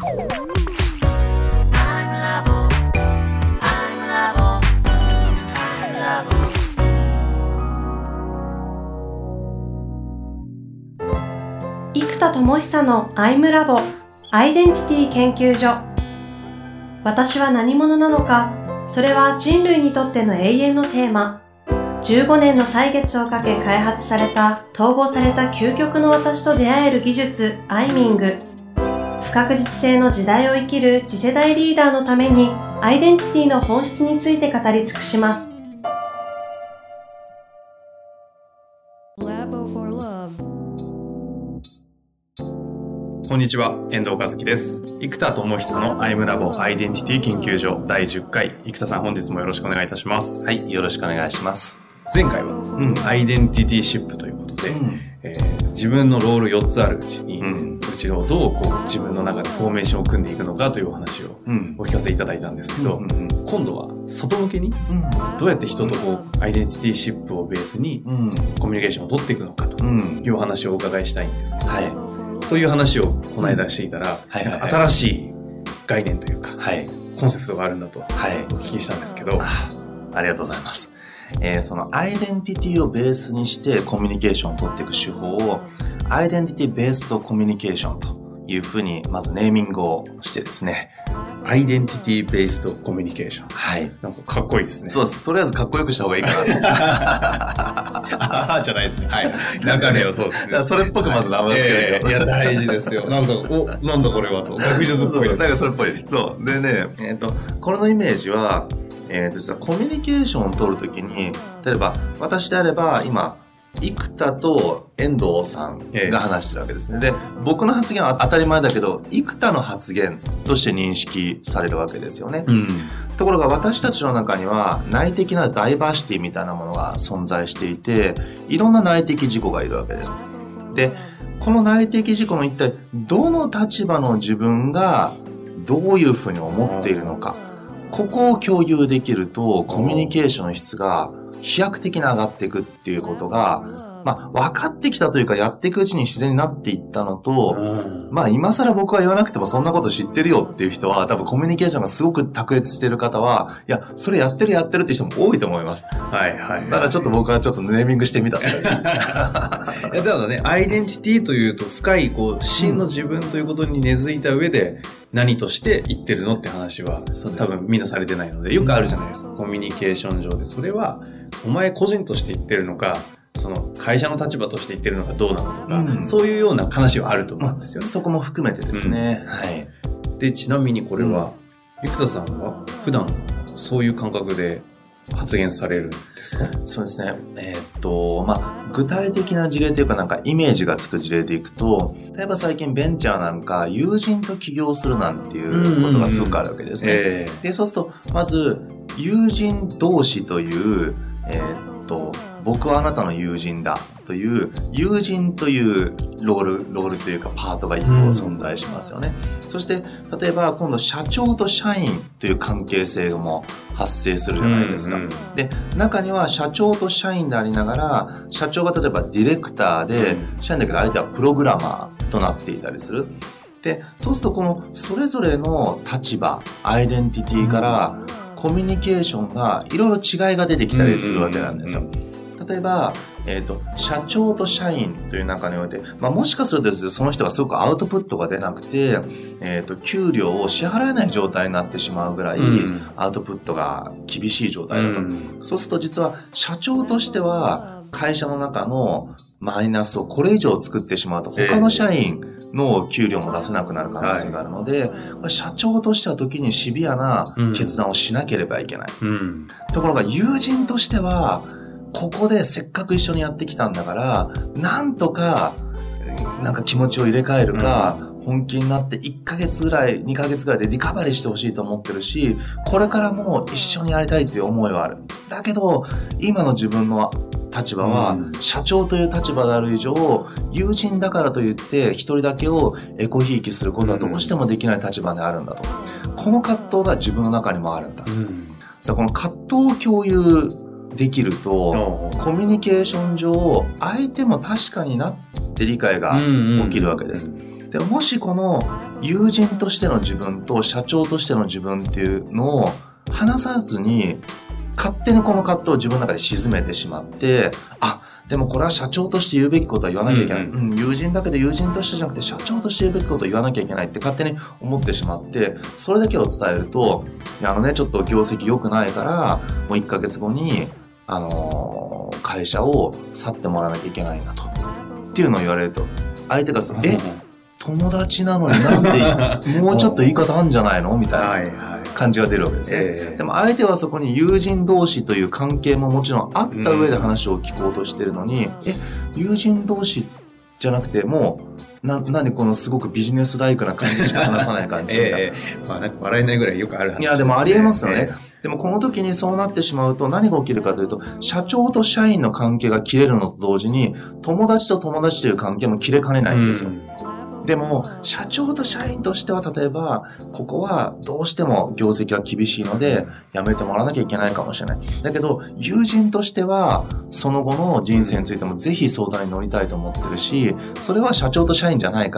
生田智久のアイムラボアイデンティティ研究所。私は何者なのか、それは人類にとっての永遠のテーマ。15年の歳月をかけ開発された統合された究極の私と出会える技術アイミング。不確実性の時代を生きる次世代リーダーのためにアイデンティティの本質について語り尽くします。 こんにちは、遠藤和樹です。生田智久のアイムラボアイデンティティ研究所第10回。生田さん、本日もよろしくお願いいたします。 はい、よろしくお願いします。 前回は、アイデンティティシップということで、自分のロール4つあるうちに、うちをどう自分の中でフォーメーションを組んでいくのかというお話をお聞かせいただいたんですけど、今度は外向けにどうやって人とアイデンティティシップをベースにコミュニケーションを取っていくのかというお話をお伺いしたいんですけど、という話をこの間していたら、新しい概念というか、コンセプトがあるんだとお聞きしたんですけど、 ありがとうございます。そのアイデンティティをベースにしてコミュニケーションを取っていく手法をアイデンティティベースとコミュニケーションというふうにまずネーミングをしてですね、 アイデンティティベースとコミュニケーション。なんかかっこいいですね。 そうです。とりあえずかっこよくした方がいいかなと。じゃないですね。中身はそうですね。 それっぽくまず名前をつけるけど。 いや、大事ですよ。なんか、なんだこれはと。学術っぽい。 なんかそれっぽい。そう。でね、これのイメージは、実はコミュニケーションを取るときに、例えば、私であれば、今、生田と遠藤さんが話してるわけですね。で、僕の発言は当たり前だけど、生田の発言として認識されるわけですよね。ところが私たちの中には内的なダイバーシティみたいなものが存在していて、いろんな内的自己がいるわけです。で、この内的自己の一体どの立場の自分がどういうふうに思っているのか、ここを共有できるとコミュニケーションの質が飛躍的に上がっていくっていうことが、分かってきたというか、やっていくうちに自然になっていったのと、今更僕は言わなくてもそんなこと知ってるよっていう人は、多分コミュニケーションがすごく卓越してる方は、いや、それやってるっていう人も多いと思います。だからちょっと僕はちょっとネーミングしてみた。いや、 ただね、アイデンティティというと深い、真の自分ということに根付いた上で、何として言ってるのって話は、多分みんなされてないので、よくあるじゃないですか。コミュニケーション上で。それは、お前個人として言ってるのか、その会社の立場として言ってるのかどうなのとか、そういうような話はあると思うんですよね。 そこも含めてですね。 で、ちなみにこれは、生田さんは普段そういう感覚で発言されるんですか？ そうですね。具体的な事例というかなんかイメージがつく事例でいくと、例えば最近ベンチャーなんか友人と起業するなんていうことがすごくあるわけですね。で、そうすると、まず友人同士という、僕はあなたの友人だという友人というロールというかパートが一個存在しますよね。そして例えば今度社長と社員という関係性も発生するじゃないですか。で、中には社長と社員でありながら、社長が例えばディレクターで、社員だけど相手はプログラマーとなっていたりする。で、そうするとこのそれぞれの立場、アイデンティティからコミュニケーションがいろいろ違いが出てきたりするわけなんですよ。例えば、社長と社員という中において、もしかするとですね、その人がすごくアウトプットが出なくて、給料を支払えない状態になってしまうぐらい、アウトプットが厳しい状態だと。そうすると実は、社長としては、会社の中のマイナスをこれ以上作ってしまうと、他の社員の給料も出せなくなる可能性があるので、社長としては時にシビアな決断をしなければいけない。ところが、友人としては、ここでせっかく一緒にやってきたんだから、なんとか、なんか気持ちを入れ替えるか、本気になって1ヶ月ぐらい、2ヶ月ぐらいでリカバリーしてほしいと思ってるし、これからも一緒にやりたいという思いはある。だけど、今の自分の立場は、社長という立場である以上、友人だからといって一人だけをエコひいきすることはどうしてもできない立場であるんだと。この葛藤が自分の中にもあるんだ。この葛藤を共有できると、コミュニケーション上、相手も確かになって理解が起きるわけです。 でもしこの友人としての自分と社長としての自分っていうのを話さずに、勝手にこの葛藤を自分の中で沈めてしまって、でもこれは社長として言うべきことは言わなきゃいけない。友人だけど友人としてじゃなくて社長として言うべきことを言わなきゃいけないって勝手に思ってしまって、それだけを伝えると、ちょっと業績良くないから、もう1ヶ月後に、会社を去ってもらわなきゃいけないんだと。っていうのを言われると、相手が友達なのになんでもうちょっと言い方あるんじゃないのみたいな感じが出るわけですね。でも相手はそこに友人同士という関係ももちろんあった上で話を聞こうとしてるのに、友人同士じゃなくてもう何このすごくビジネスライクな感じしか話さない感じみたいな。 なんか笑えないぐらいよくある話。 いやでもありえますよね。でもこの時にそうなってしまうと何が起きるかというと、社長と社員の関係が切れるのと同時に友達と友達という関係も切れかねないんですよ。でも社長と社員としては、例えばここはどうしても業績が厳しいので辞めてもらわなきゃいけないかもしれない。だけど友人としてはその後の人生についてもぜひ相談に乗りたいと思ってるし、それは社長と社員じゃないから、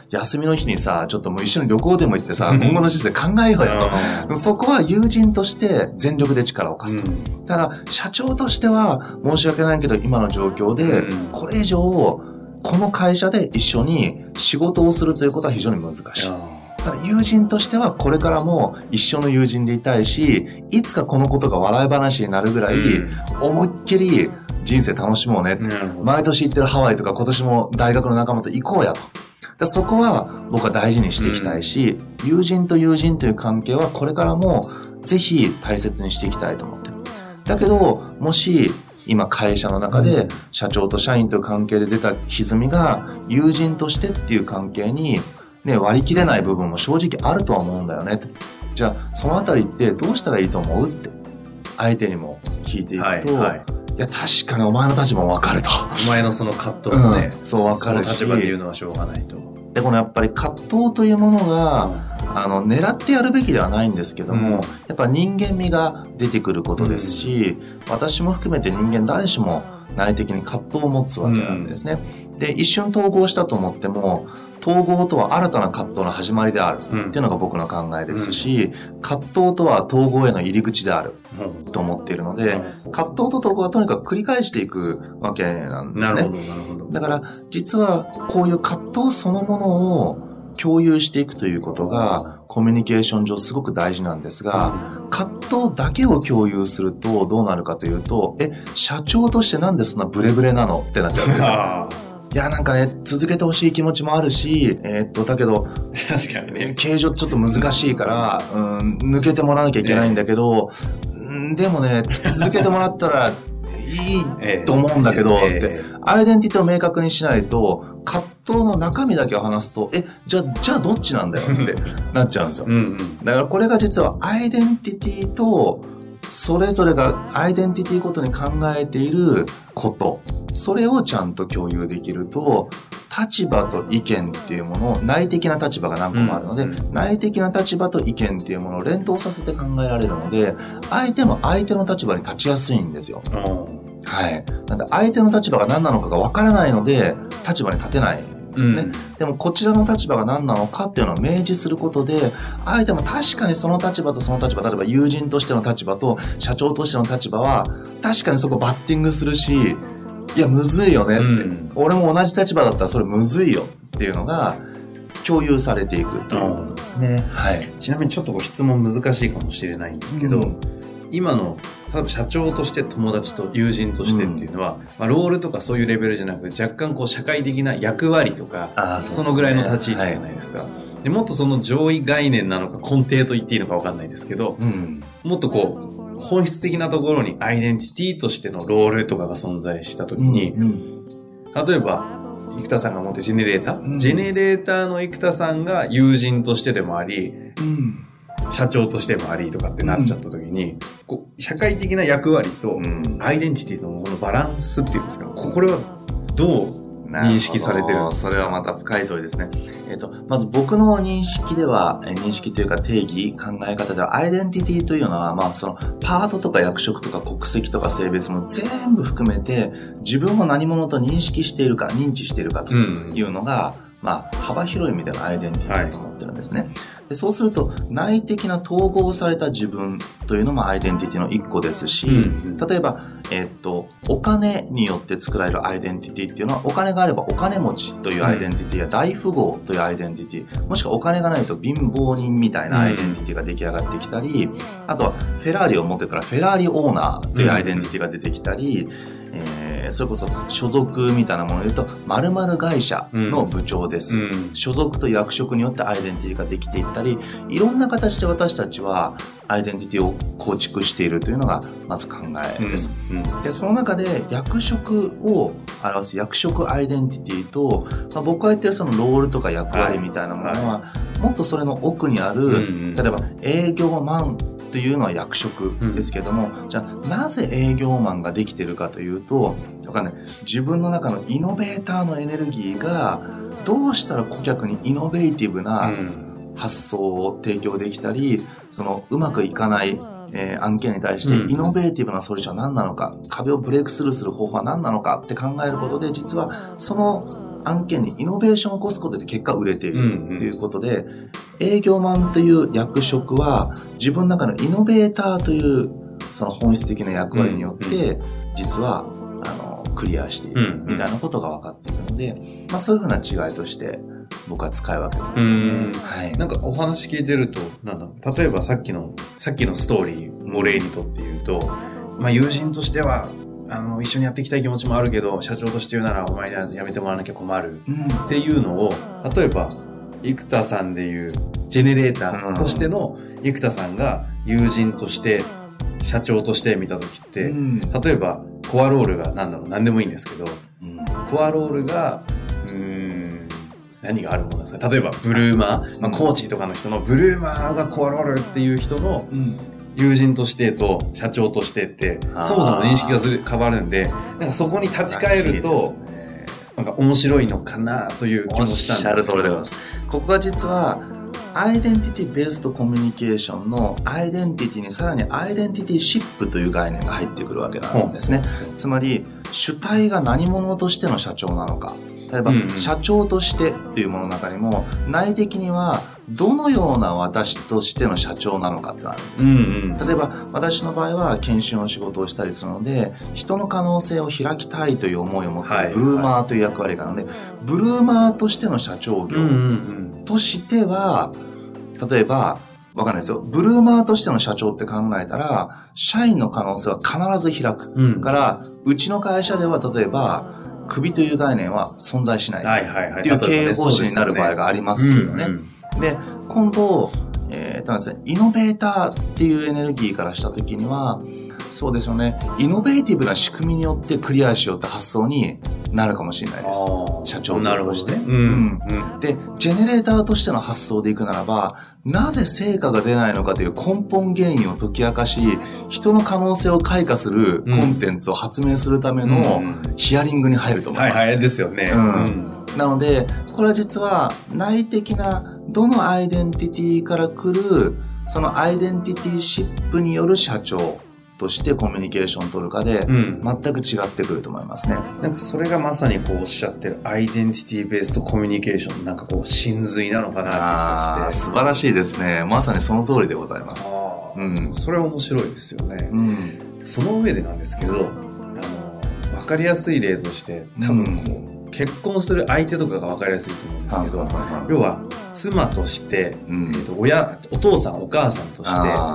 休みの日にさ、ちょっともう一緒に旅行でも行ってさ、今後の人生考えようよと。そこは友人として全力で力を貸すと。ただ社長としては申し訳ないけど今の状況でこれ以上この会社で一緒に仕事をするということは非常に難しい。ただ友人としてはこれからも一緒の友人でいたいし、いつかこのことが笑い話になるぐらい思いっきり人生楽しもうね。毎年行ってるハワイとか今年も大学の仲間と行こうやと。そこは僕は大事にしていきたいし、友人と友人という関係はこれからもぜひ大切にしていきたいと思ってる。だけどもし今会社の中で社長と社員という関係で出た歪みが友人としてっていう関係に割り切れない部分も正直あるとは思うんだよね。じゃあそのあたりってどうしたらいいと思うって相手にも聞いていくと、いや確かにお前の立場も分かると。 お前のその葛藤もね、 そう分かるし、 その立場で言うのはしょうがないと。 でこのやっぱり葛藤というものが狙ってやるべきではないんですけども、やっぱ人間味が出てくることですし、私も含めて人間誰しも内的に葛藤を持つわけなんですね。で一瞬統合したと思っても、統合とは新たな葛藤の始まりであるっていうのが僕の考えですし、葛藤とは統合への入り口であると思っているので、葛藤と統合はとにかく繰り返していくわけなんですね。だから実はこういう葛藤そのものを共有していくということがコミュニケーション上すごく大事なんですが、葛藤だけを共有するとどうなるかというと、社長としてなんでそんなブレブレなのってなっちゃうんですよ。いやなんかね、続けてほしい気持ちもあるし、だけど確かにね、 経営上ちょっと難しいから抜けてもらわなきゃいけないんだけど、でもね続けてもらったらいいと思うんだけどってアイデンティティを明確にしないと、葛藤の中身だけを話すとじゃあどっちなんだよってなっちゃうんですよ。だからこれが実はアイデンティティとそれぞれがアイデンティティごとに考えていること、それをちゃんと共有できると、立場と意見っていうものを、内的な立場が何個もあるので、内的な立場と意見っていうものを連動させて考えられるので、相手も相手の立場に立ちやすいんですよ。はい。なんで相手の立場が何なのかが分からないので立場に立てないんですね。でもこちらの立場が何なのかっていうのを明示することで、相手も確かにその立場とその立場、例えば友人としての立場と社長としての立場は確かにそこバッティングするし、いやむずいよねって、俺も同じ立場だったらそれむずいよっていうのが共有されていくということですね。はい。 ちなみにちょっと質問難しいかもしれないんですけど、今の例えば社長として友達と友人としてっていうのは、ロールとかそういうレベルじゃなく、若干こう社会的な役割とか そのぐらいの立ち位置じゃないですか。でもっとその上位概念なのか根底と言っていいのか分かんないですけど、もっとこう本質的なところにアイデンティティとしてのロールとかが存在したときに、例えば生田さんが持ってるジェネレーター、ジェネレーターの生田さんが友人としてでもあり、社長としてもありとかってなっちゃった時に、こう社会的な役割とアイデンティティのこのバランスっていうんですか、これはどう認識されてるんですか？ それはまた深い問いですね。まず僕の認識では、認識というか定義、考え方では、アイデンティティというのは、そのパートとか役職とか国籍とか性別も全部含めて、自分を何者と認識しているか、認知しているかというのが、 幅広い意味でのアイデンティティだと思ってるんですね。でそうすると内的な統合された自分というのもアイデンティティの一個ですし、例えば、お金によって作られるアイデンティティっていうのは、お金があればお金持ちというアイデンティティや大富豪というアイデンティティ、もしくはお金がないと貧乏人みたいなアイデンティティが出来上がってきたり、あとはフェラーリを持ってたらフェラーリオーナーというアイデンティティが出てきたり、それこそ所属みたいなものを言うと〇〇会社の部長です、所属と役職によってアイデンティティができていったり、いろんな形で私たちはアイデンティティを構築しているというのがまず考えです、でその中で役職を表す役職アイデンティティと、僕が言ってるそのロールとか役割みたいなものは、もっとそれの奥にある、例えば営業マンというのは役職ですけども、じゃあなぜ営業マンができているかというと、自分の中のイノベーターのエネルギーがどうしたら顧客にイノベーティブな発想を提供できたり、そのうまくいかない案件に対してイノベーティブなソリューションは何なのか、壁をブレイクスルーする方法は何なのかって考えることで、実はその案件にイノベーションを起こすことで結果売れているということで、営業マンという役職は自分の中のイノベーターというその本質的な役割によって実はクリアしているみたいなことが分かっているので、そういうふうな違いとして僕は使い分けてますね。 なんかお話聞いてると、例えばさっきのストーリーを例にとって言うと、友人としては一緒にやっていきたい気持ちもあるけど、社長として言うならお前にはやめてもらわなきゃ困るっていうのを、例えば生田さんでいうジェネレーターとしての生田さんが友人として社長として見た時って、例えばコアロールが何でもいいんですけど、コアロールが何があるものですか。例えばブルーマー、コーチとかの人のブルーマーがコアロールっていう人の友人としてと社長としてってそもそも認識が変わるんで、なんかそこに立ち返るとなんか面白いのかなという気もしたんです。 おっしゃる通りでございます。ここが実はアイデンティティベースとコミュニケーションのアイデンティティにさらにアイデンティティシップという概念が入ってくるわけなんですね。つまり主体が何者としての社長なのか、例えば、社長としてというものの中にも内的にはどのような私としての社長なのかってなるんです、例えば私の場合は研修の仕事をしたりするので、人の可能性を開きたいという思いを持っているブルーマーという役割があるので、ブルーマーとしての社長業としては、例えばわかんないですよ、ブルーマーとしての社長って考えたら社員の可能性は必ず開く、からうちの会社では例えばクビという概念は存在しないっていう経営方針になる場合がありますよね。で、今度、イノベーターっていうエネルギーからしたときには、そうですよね、イノベーティブな仕組みによってクリアしようって発想になるかもしれないです。社長として。で、ジェネレーターとしての発想でいくならば、なぜ成果が出ないのかという根本原因を解き明かし、人の可能性を開花するコンテンツを発明するためのヒアリングに入ると思います。 ですよね。 なので、これは実は内的などのアイデンティティから来る、そのアイデンティティシップによる社長としてコミュニケーションを取るかで、全く違ってくると思いますね。 なんかそれがまさにこうおっしゃってるアイデンティティベースとコミュニケーション、なんかこう真髄なのかなって気がして。 素晴らしいですね。まさにその通りでございます。 それは面白いですよね。その上でなんですけど、わかりやすい例として多分こう、結婚する相手とかが分かりやすいと思うんですけど、要は妻として、お父さんお母さんとして、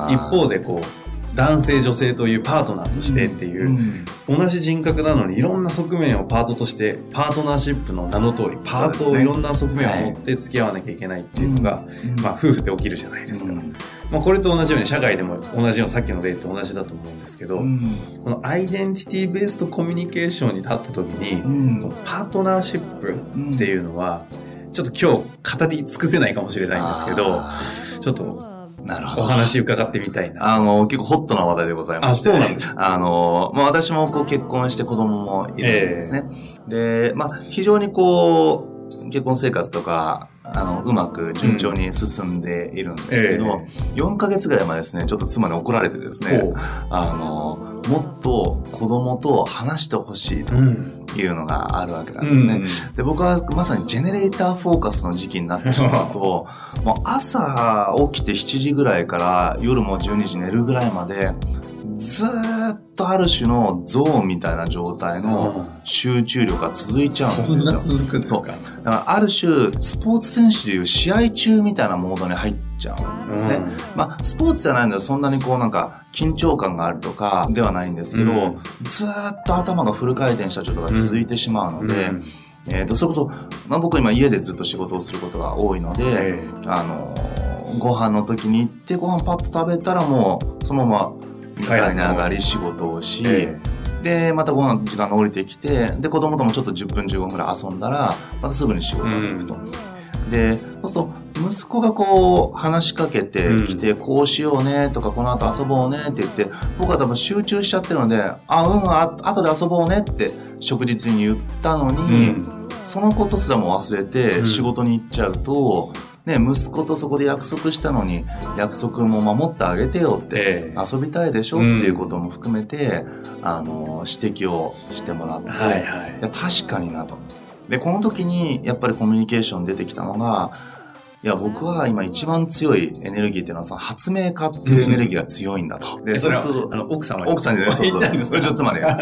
一方でこう男性女性というパートナーとしてっていう、同じ人格なのにいろんな側面をパートとして、パートナーシップの名の通りパートをいろんな側面を持って付き合わなきゃいけないっていうのが、夫婦で起きるじゃないですか。これと同じように社会でも同じような、さっきの例と同じだと思うんですけど、このアイデンティティベースとコミュニケーションに立った時に、パートナーシップっていうのはちょっと今日語り尽くせないかもしれないんですけど、ちょっとお話伺ってみたいな。 結構ホットな話題でございまして。 そうなんです。 私もこう結婚して子供もいるんですね。で、非常にこう結婚生活とかうまく順調に進んでいるんですけど、4ヶ月ぐらい前ですね、ちょっと妻に怒られてですね、もっと子供と話してほしいと、 いうのがあるわけなんですね。で、僕はまさにジェネレーターフォーカスの時期になってしまうと、もう朝起きて7時ぐらいから夜も12時寝るぐらいまで、ずーっとある種のゾーンみたいな状態の集中力が続いちゃうんですよ。 そんな続くんですか？ そう。だからある種、スポーツ選手でいう試合中みたいなモードに入っちゃうんですね。まあ、スポーツじゃないのでそんなにこうなんか緊張感があるとかではないんですけど、ずーっと頭がフル回転した状態が続いてしまうので、それこそ、まあ、僕今家でずっと仕事をすることが多いので、ご飯の時に行ってご飯パッと食べたらもうそのまま2階に上がり仕事をし、でまたご飯の時間が降りてきて、で子供ともちょっと10分15分ぐらい遊んだらまたすぐに仕事に行くと、でそうすると息子がこう話しかけてきて、こうしようねとかこの後遊ぼうねって言って、僕は多分集中しちゃってるので、後で遊ぼうねって食事中に言ったのに、そのことすらも忘れて仕事に行っちゃうと、ね、息子とそこで約束したのに約束も守ってあげてよって、遊びたいでしょっていうことも含めて、指摘をしてもらって、いや確かになと。でこの時にやっぱりコミュニケーション出てきたのが、いや僕は今一番強いエネルギーっていうのはその発明家っていうエネルギーが強いんだと。 でそれは奥様にね、そううちの妻に。いや、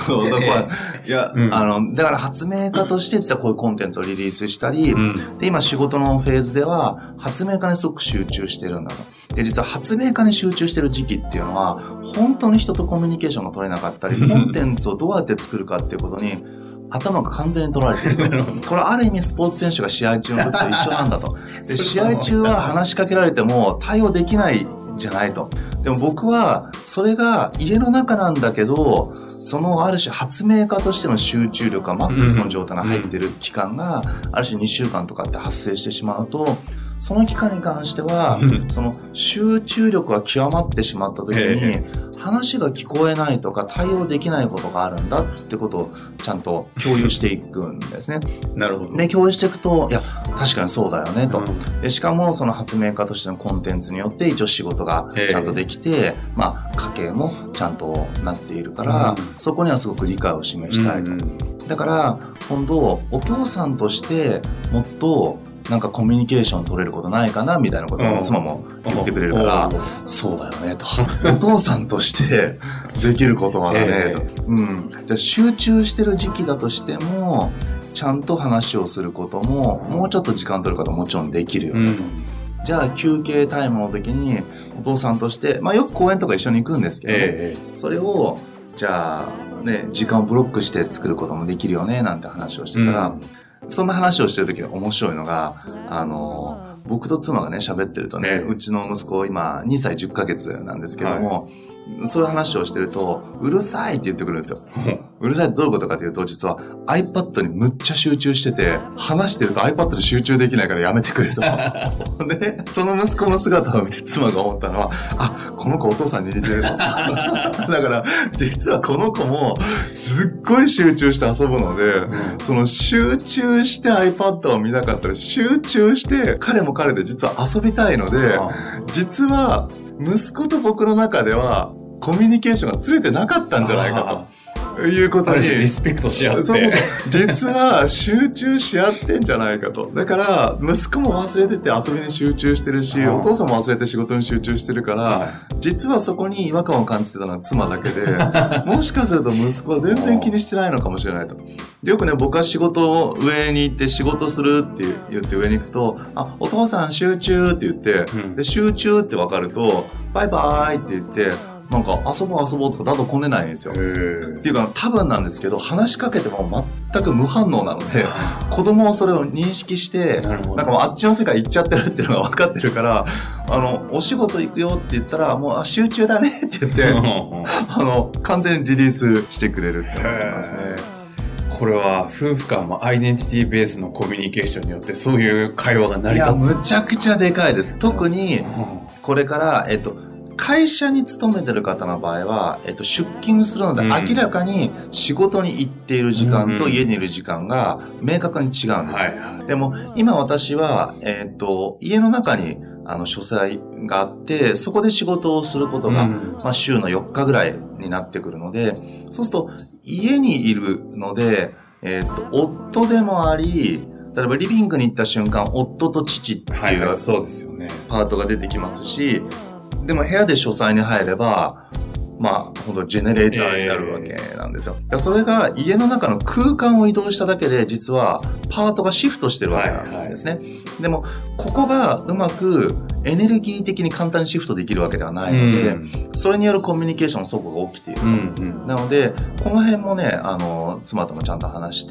だから発明家として実はこういうコンテンツをリリースしたり、で今仕事のフェーズでは発明家にすごく集中してるんだと。で実は発明家に集中してる時期っていうのは本当に人とコミュニケーションが取れなかったり、コンテンツをどうやって作るかっていうことに頭が完全に取られていると。これはある意味スポーツ選手が試合中の時と一緒なんだと。で試合中は話しかけられても対応できないじゃないと。でも僕はそれが家の中なんだけど、そのある種発明家としての集中力がマックスの状態に入っている期間がある種2週間とかって発生してしまうと、その期間に関してはその集中力が極まってしまった時に話が聞こえないとか対応できないことがあるんだってことをちゃんと共有していくんですね。 なるほど。 で共有していくと、いや確かにそうだよねと。でしかもその発明家としてのコンテンツによって一応仕事がちゃんとできて、まあ家計もちゃんとなっているから、そこにはすごく理解を示したいと。だから今度お父さんとしてもっとなんかコミュニケーション取れることないかなみたいなことを妻も言ってくれるから、そうだよねと。お父さんとしてできることはねと。じゃあ集中してる時期だとしてもちゃんと話をすることももうちょっと時間取ることももちろんできるよねと。じゃあ休憩タイムの時にお父さんとして、まあよく公園とか一緒に行くんですけど、それをじゃあね時間をブロックして作ることもできるよねなんて話をしてたら、そんな話をしてる時に面白いのが、僕と妻がね喋ってるとね、うちの息子今2歳10ヶ月なんですけども、そういう話をしてるとうるさいって言ってくるんですよ。うるさいってどういうことかというと、実は iPad にむっちゃ集中してて話してると iPad に集中できないからやめてくれと。でその息子の姿を見て妻が思ったのは、あ、この子お父さんに似てると。だから実はこの子もすっごい集中して遊ぶので、その集中して iPad を見なかったら集中して彼も彼で実は遊びたいので、実は息子と僕の中ではコミュニケーションがずれてなかったんじゃないかということにリスペクトし合って、 そう実は集中し合ってんじゃないかと。だから息子も忘れてて遊びに集中してるし、お父さんも忘れて仕事に集中してるから、実はそこに違和感を感じてたのは妻だけで、もしかすると息子は全然気にしてないのかもしれないと。でよくね、僕は仕事を上に行って仕事するって言って上に行くと、あ、お父さん集中って言って、で集中って分かるとバイバイって言ってなんか遊ぼうとかだとこねないんですよ。っていうか多分なんですけど、話しかけても全く無反応なので、子供はそれを認識してなんかもうあっちの世界行っちゃってるっていうのが分かってるから、お仕事行くよって言ったらもう集中だねって言って完全にリリースしてくれるって思いますね。 これは夫婦間もアイデンティティベースのコミュニケーションによってそういう会話が成り立つ。 いやむちゃくちゃでかいです。特にこれから会社に勤めてる方の場合は、出勤するので明らかに仕事に行っている時間と家にいる時間が明確に違うんです。でも今私は、家の中に書斎があって、そこで仕事をすることが、週の4日ぐらいになってくるので、そうすると家にいるので夫でもあり、例えばリビングに行った瞬間、夫と父っていうそうですよね。 パートが出てきますし、でも部屋で書斎に入れば、まあ、本当ジェネレーターになるわけなんですよ。それが家の中の空間を移動しただけで、実はパートがシフトしてるわけなんですね。でも、ここがうまくエネルギー的に簡単にシフトできるわけではないので、それによるコミュニケーションの齟齬が起きていると。なので、この辺もね、妻ともちゃんと話して、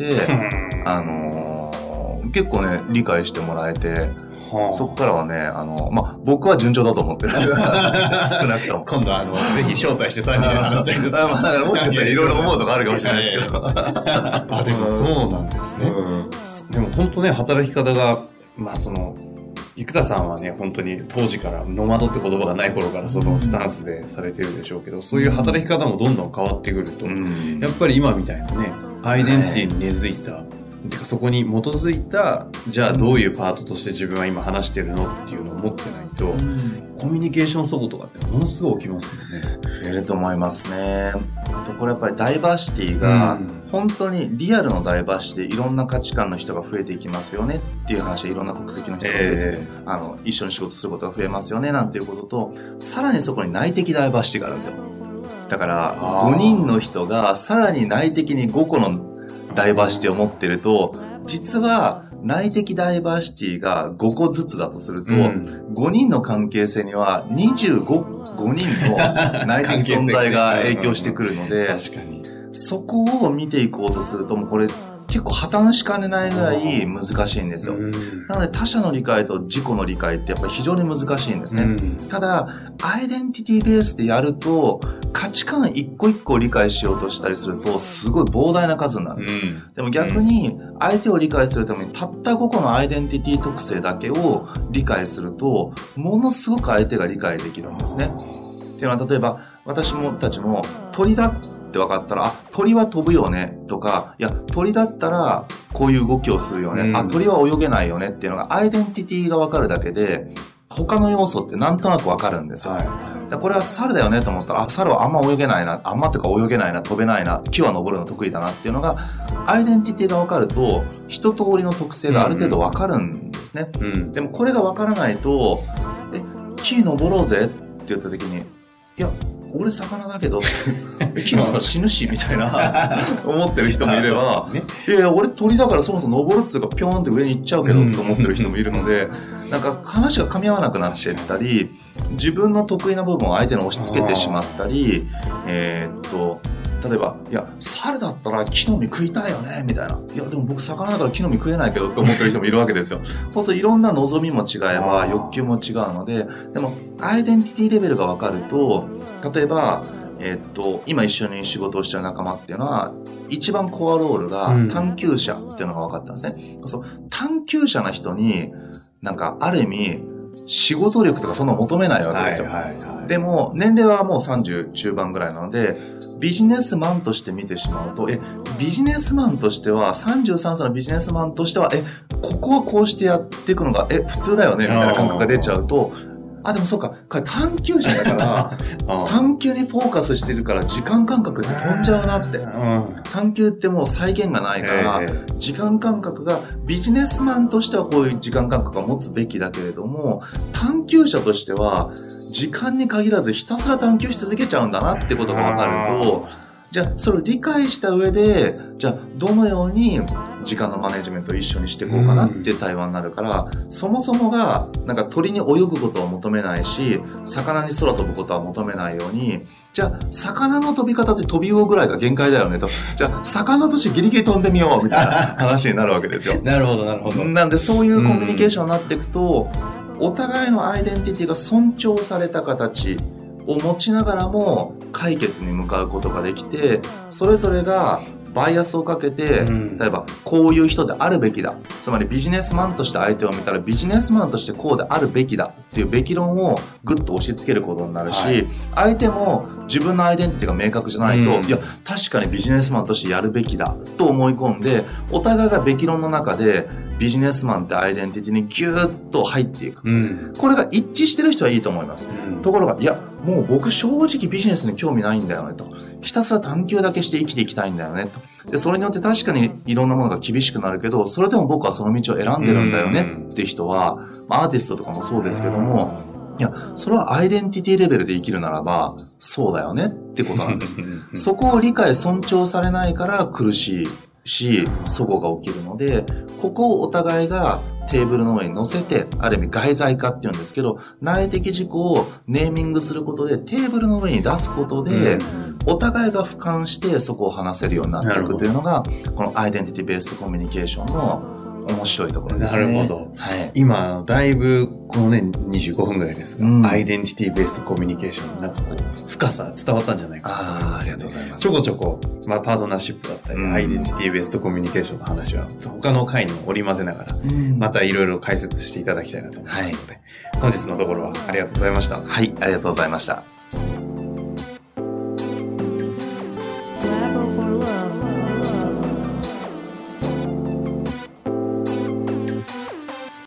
結構ね、理解してもらえて、そこからはね、僕は順調だと思ってる。少なくとも。 今度ぜひ招待して3人で話したいんです。 だからもしかしたらいろいろ思うとこあるかもしれないですけど。 でもそうなんですね。でも本当ね、働き方が、生田さんはね、本当に当時からノマドって言葉がない頃からそのスタンスでされてるでしょうけど、そういう働き方もどんどん変わってくると、やっぱり今みたいなね、アイデンティティに根付いた、そこに基づいた、じゃあどういうパートとして自分は今話してるのっていうのを持ってないと、コミュニケーション齟齬とかってものすごい起きますもんね。 増えると思いますね。これやっぱりダイバーシティが、本当にリアルのダイバーシティ、いろんな価値観の人が増えていきますよねっていう話で、いろんな国籍の人が増えて、一緒に仕事することが増えますよねなんていうことと、さらにそこに内的ダイバーシティがあるんですよ。だから5人の人がさらに内的に5個のダイバーシティを持ってると、実は内的ダイバーシティが5個ずつだとすると、5人の関係性には5人の内的存在が影響してくるので、 確かにそこを見ていこうとすると、もうこれ結構破綻しかねないぐらい難しいんですよ。なので他者の理解と自己の理解ってやっぱり非常に難しいんですね。ただ、アイデンティティベースでやると、価値観一個一個を理解しようとしたりすると、すごい膨大な数になる。でも逆に、相手を理解するためにたった5個のアイデンティティ特性だけを理解すると、ものすごく相手が理解できるんですね。っていうのは、例えば、私たちも鳥だって分かったら、鳥は飛ぶよねとか、いや、鳥だったらこういう動きをするよね、鳥は泳げないよねっていうのがアイデンティティが分かるだけで、他の要素ってなんとなく分かるんですよ。これは猿だよねと思ったら、猿はあんま泳げないな、泳げないな、飛べないな、木は登るの得意だなっていうのが、アイデンティティが分かると、一通りの特性がある程度分かるんですね。でもこれが分からないと、木登ろうぜって言った時に、いや、俺魚だけど木の話死ぬしみたいな思ってる人もいれば、いやいや俺鳥だからそもそも登るっつうかピョーンって上に行っちゃうけどと思ってる人もいるので、なんか話が噛み合わなくなっていったり、自分の得意な部分を相手に押し付けてしまったり、例えば、いや、猿だったら木の実食いたいよねみたいな。いや、でも僕魚だから木の実食えないけどって思ってる人もいるわけですよ。そうするといろんな望みも違えば欲求も違うので、でもアイデンティティレベルが分かると、例えば、今一緒に仕事をしてる仲間っていうのは、一番コアロールが探求者っていうのが分かったんですね。そう、探求者な人に、なんかある意味、仕事力とかそんな求めないわけですよ。でも、年齢はもう30中盤ぐらいなので、ビジネスマンとして見てしまうと、ビジネスマンとしては、33歳のビジネスマンとしては、ここはこうしてやっていくのが、普通だよねみたいな感覚が出ちゃうと、でもそうか、探求者だから探求にフォーカスしてるから時間感覚って飛んじゃうなって、探求ってもう再現がないから、時間感覚がビジネスマンとしてはこういう時間感覚を持つべきだけれども、探求者としては時間に限らずひたすら探求し続けちゃうんだなってことが分かると、じゃあそれを理解した上で、じゃあどのように時間のマネジメントを一緒にしていこうかなっていう対話になるから、そもそもがなんか鳥に泳ぐことを求めないし、魚に空飛ぶことは求めないように、じゃあ魚の飛び方って飛び魚ぐらいが限界だよねと、じゃあ魚としてギリギリ飛んでみようみたいな話になるわけですよ。 なるほどなるほど。 なんでそういうコミュニケーションになっていくと、お互いのアイデンティティが尊重された形を持ちながらも解決に向かうことができて、それぞれがバイアスをかけて、例えばこういう人であるべきだ、つまりビジネスマンとして相手を見たらビジネスマンとしてこうであるべきだっていうべき論をグッと押し付けることになるし、相手も自分のアイデンティティが明確じゃないと、いや確かにビジネスマンとしてやるべきだと思い込んで、お互いがべき論の中でビジネスマンってアイデンティティにギューッと入っていく。これが一致してる人はいいと思います。ところが、いや、もう僕正直ビジネスに興味ないんだよねと。ひたすら探求だけして生きていきたいんだよねと。で、それによって確かにいろんなものが厳しくなるけど、それでも僕はその道を選んでるんだよねって人は、アーティストとかもそうですけども、いや、それはアイデンティティレベルで生きるならば、そうだよねってことなんです。そこを理解、尊重されないから苦しいし、齟齬が起きるので、ここをお互いがテーブルの上に乗せて、ある意味外在化って言うんですけど、内的事項をネーミングすることで、テーブルの上に出すことで、お互いが俯瞰してそこを話せるようになっていくというのが、このアイデンティティベースドコミュニケーションの面白いところですね。 なるほど。はい、今、だいぶ、このね、25分ぐらいですが、アイデンティティベースドコミュニケーション、なんかこう、深さ伝わったんじゃないかなと思います。 ありがとうございます。 ちょこちょこ、パートナーシップだったり、アイデンティティベースドコミュニケーションの話は、他の回にも織り交ぜながら、またいろいろ解説していただきたいなと思いますので、本日のところはありがとうございました。 はい、ありがとうございました。